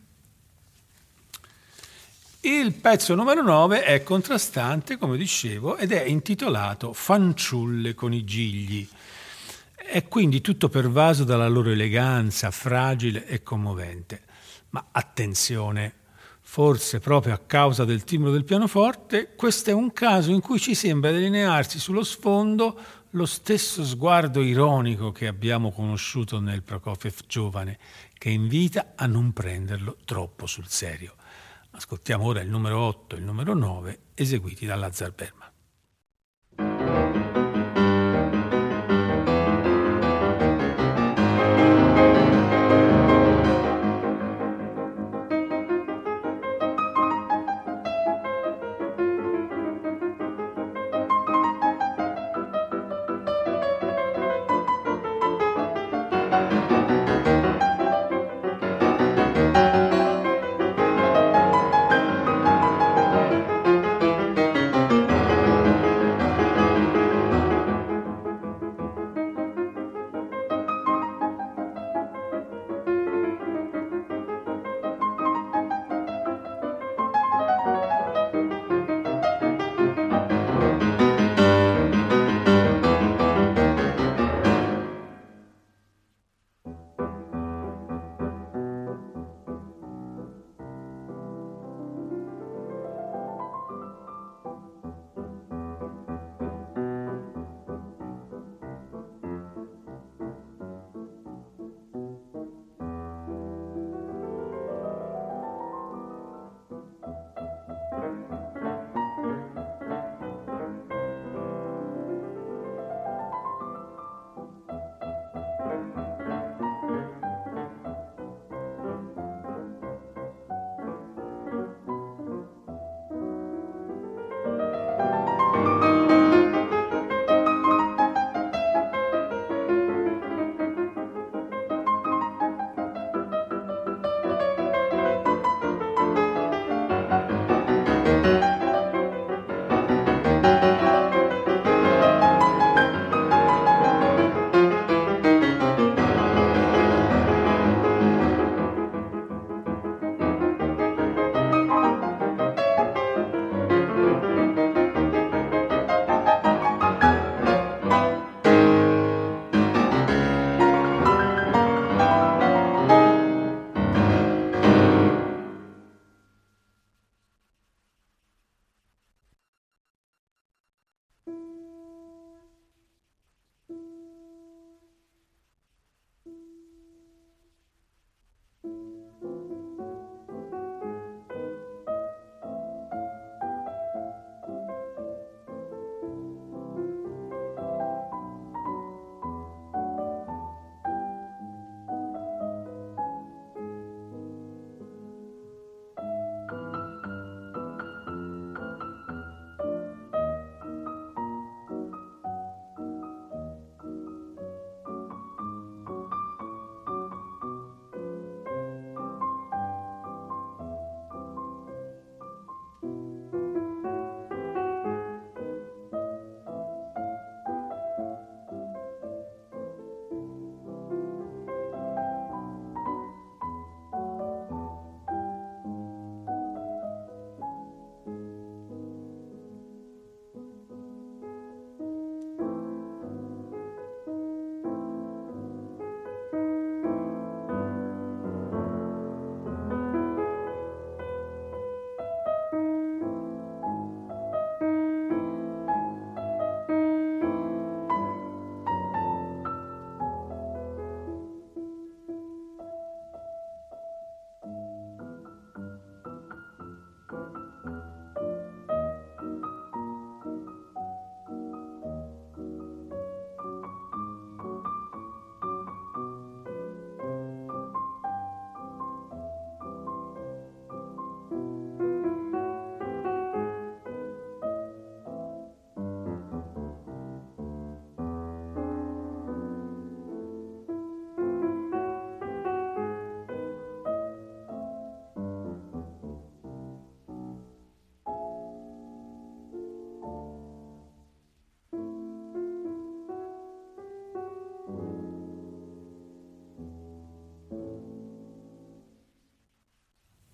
S2: Il pezzo numero 9 è contrastante, come dicevo, ed è intitolato Fanciulle con i gigli. È quindi tutto pervaso dalla loro eleganza, fragile e commovente. Ma attenzione, forse proprio a causa del timbro del pianoforte, questo è un caso in cui ci sembra delinearsi sullo sfondo lo stesso sguardo ironico che abbiamo conosciuto nel Prokofiev giovane, che invita a non prenderlo troppo sul serio. Ascoltiamo ora il numero 8 e il numero 9 eseguiti da Lazar Berman.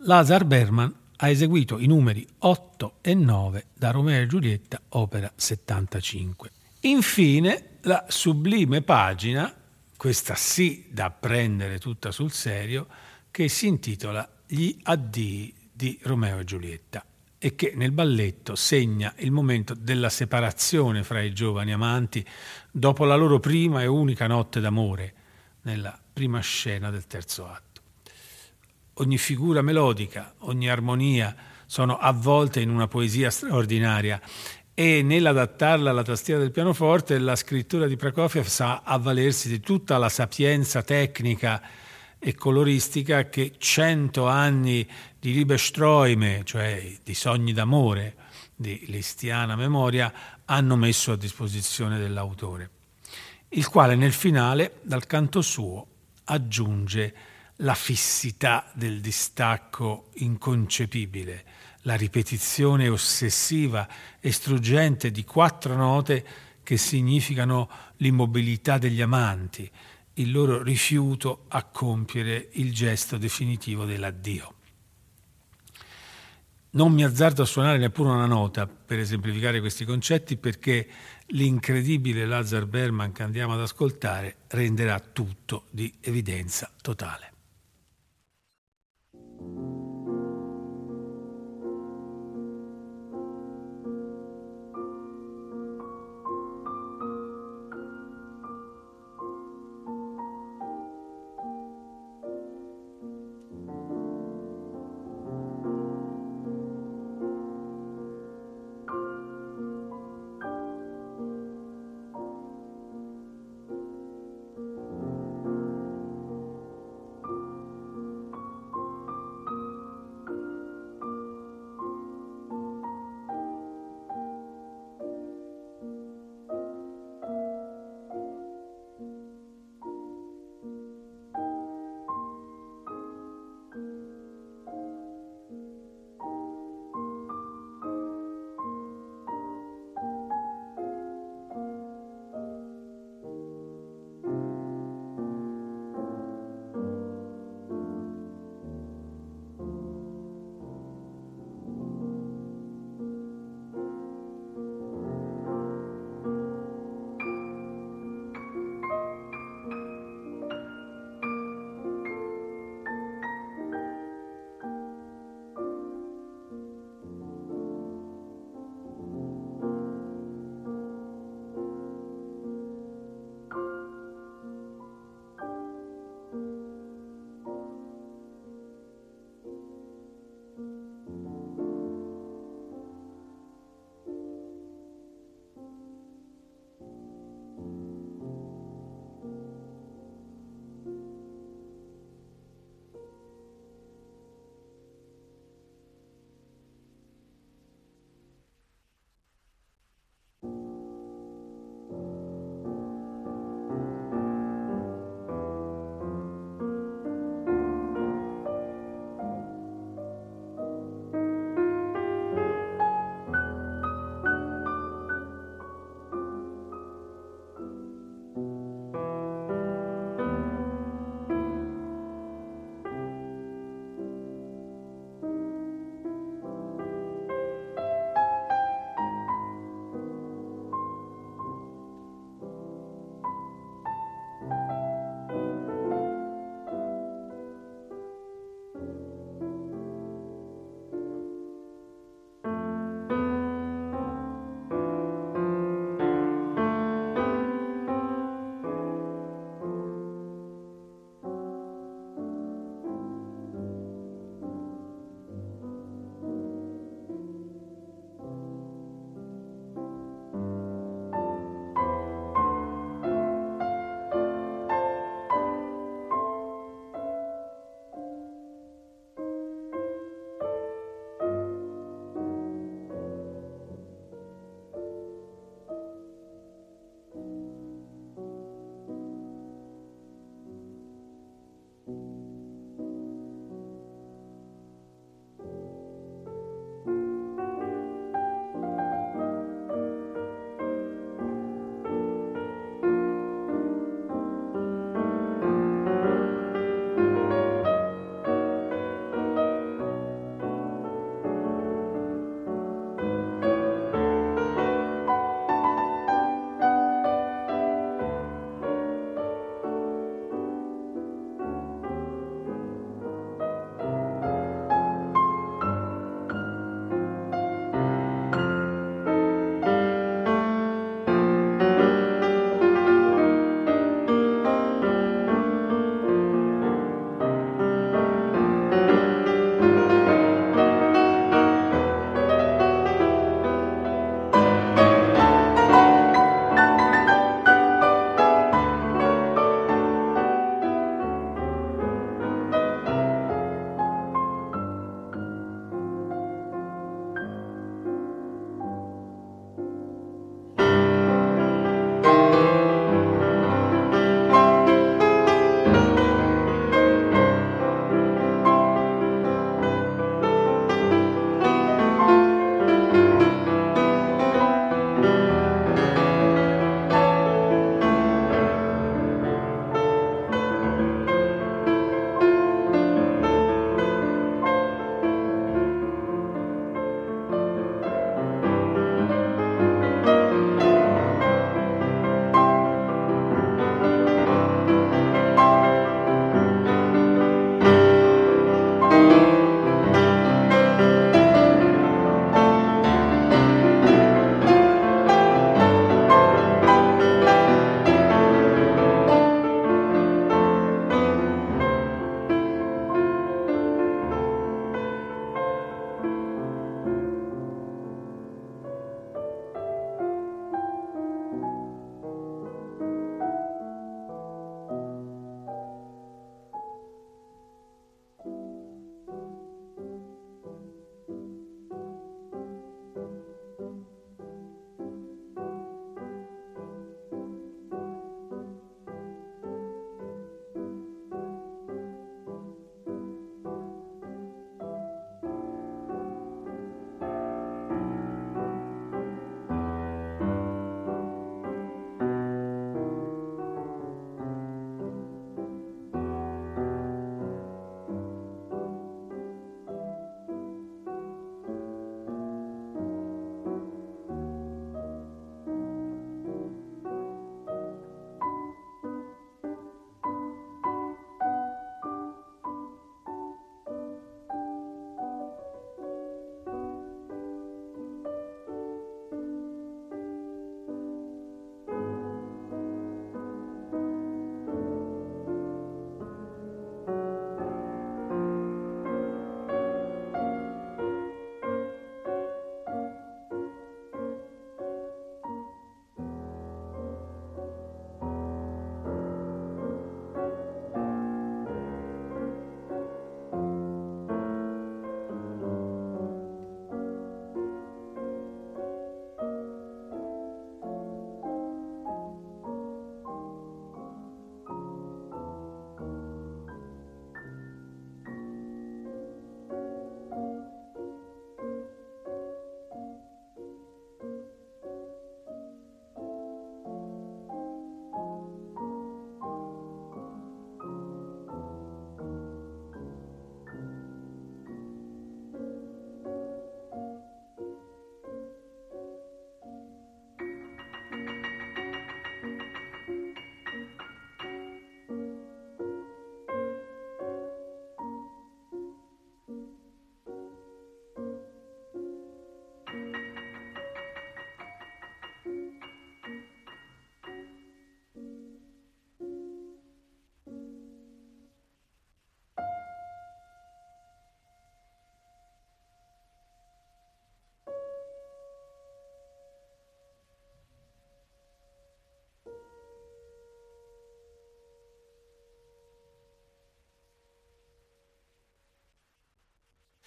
S2: Lazar Berman ha eseguito i numeri 8 e 9 da Romeo e Giulietta, opera 75. Infine, la sublime pagina, questa sì da prendere tutta sul serio, che si intitola Gli addii di Romeo e Giulietta e che nel balletto segna il momento della separazione fra i giovani amanti dopo la loro prima e unica notte d'amore, nella prima scena del terzo atto. Ogni figura melodica, ogni armonia sono avvolte in una poesia straordinaria e nell'adattarla alla tastiera del pianoforte la scrittura di Prokofiev sa avvalersi di tutta la sapienza tecnica e coloristica che 100 anni di Liebesträume, cioè di sogni d'amore di listiana memoria, hanno messo a disposizione dell'autore, il quale nel finale, dal canto suo, aggiunge la fissità del distacco inconcepibile, la ripetizione ossessiva e struggente di 4 note che significano l'immobilità degli amanti, il loro rifiuto a compiere il gesto definitivo dell'addio. Non mi azzardo a suonare neppure una nota per esemplificare questi concetti, perché l'incredibile Lazar Berman che andiamo ad ascoltare renderà tutto di evidenza totale.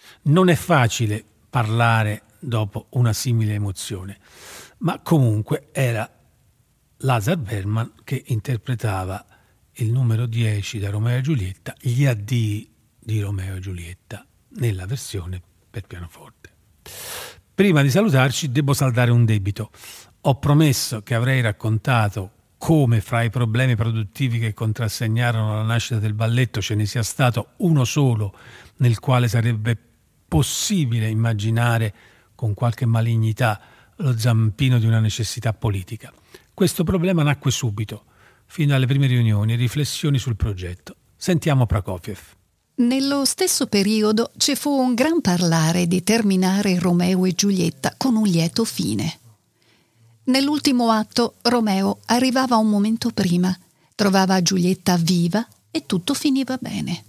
S2: Non è facile parlare dopo una simile emozione, ma comunque era Lazar Berman che interpretava il numero 10 da Romeo e Giulietta, gli addii di Romeo e Giulietta, nella versione per pianoforte. Prima di salutarci devo saldare un debito. Ho promesso che avrei raccontato come fra i problemi produttivi che contrassegnarono la nascita del balletto ce ne sia stato uno solo nel quale sarebbe possibile immaginare con qualche malignità lo zampino di una necessità politica. Questo problema nacque subito, fino alle prime riunioni e riflessioni sul progetto. Sentiamo Prokofiev.
S1: Nello stesso periodo ci fu un gran parlare di terminare Romeo e Giulietta con un lieto fine. Nell'ultimo atto Romeo arrivava un momento prima, trovava Giulietta viva e tutto finiva bene.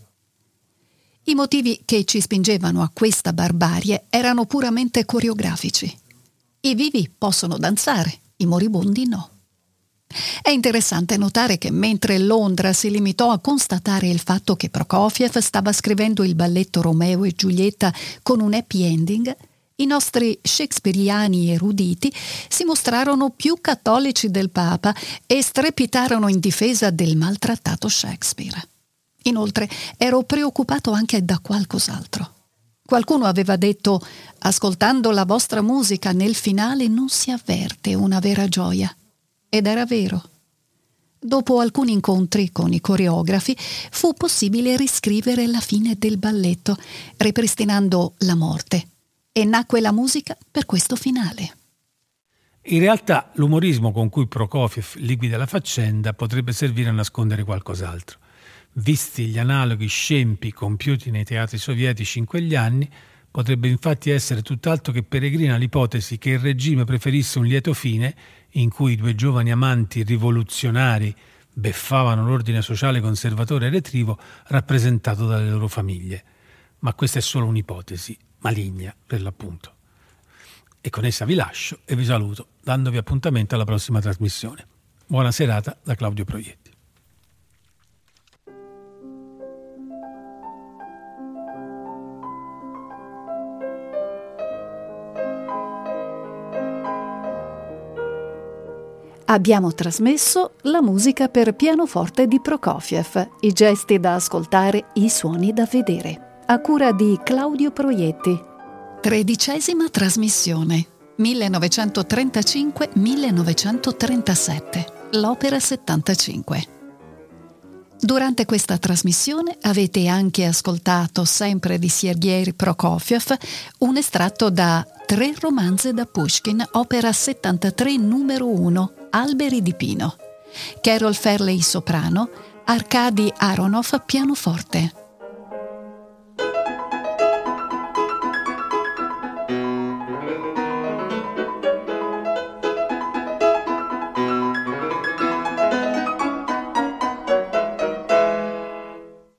S1: I motivi che ci spingevano a questa barbarie erano puramente coreografici. I vivi possono danzare, i moribondi no. È interessante notare che mentre Londra si limitò a constatare il fatto che Prokofiev stava scrivendo il balletto Romeo e Giulietta con un happy ending, i nostri shakespeariani eruditi si mostrarono più cattolici del Papa e strepitarono in difesa del maltrattato Shakespeare. Inoltre ero preoccupato anche da qualcos'altro. Qualcuno aveva detto: ascoltando la vostra musica nel finale non si avverte una vera gioia. Ed era vero. Dopo alcuni incontri con i coreografi fu possibile riscrivere la fine del balletto, ripristinando la morte, e nacque la musica per questo finale.
S2: In realtà l'umorismo con cui Prokofiev liquida la faccenda potrebbe servire a nascondere qualcos'altro. Visti gli analoghi scempi compiuti nei teatri sovietici in quegli anni, potrebbe infatti essere tutt'altro che peregrina l'ipotesi che il regime preferisse un lieto fine in cui due giovani amanti rivoluzionari beffavano l'ordine sociale conservatore e retrivo rappresentato dalle loro famiglie. Ma questa è solo un'ipotesi, maligna per l'appunto. E con essa vi lascio e vi saluto, dandovi appuntamento alla prossima trasmissione. Buona serata da Claudio Proietti.
S1: Abbiamo trasmesso la musica per pianoforte di Prokofiev, i gesti da ascoltare, i suoni da vedere, a cura di Claudio Proietti. 13ª trasmissione, 1935-1937, l'Opera 75. Durante questa trasmissione avete anche ascoltato, sempre di Sergei Prokofiev, un estratto da 3 romanze da Pushkin, opera 73 numero 1, Alberi di Pino. Carol Fairley soprano, Arkady Aronov pianoforte.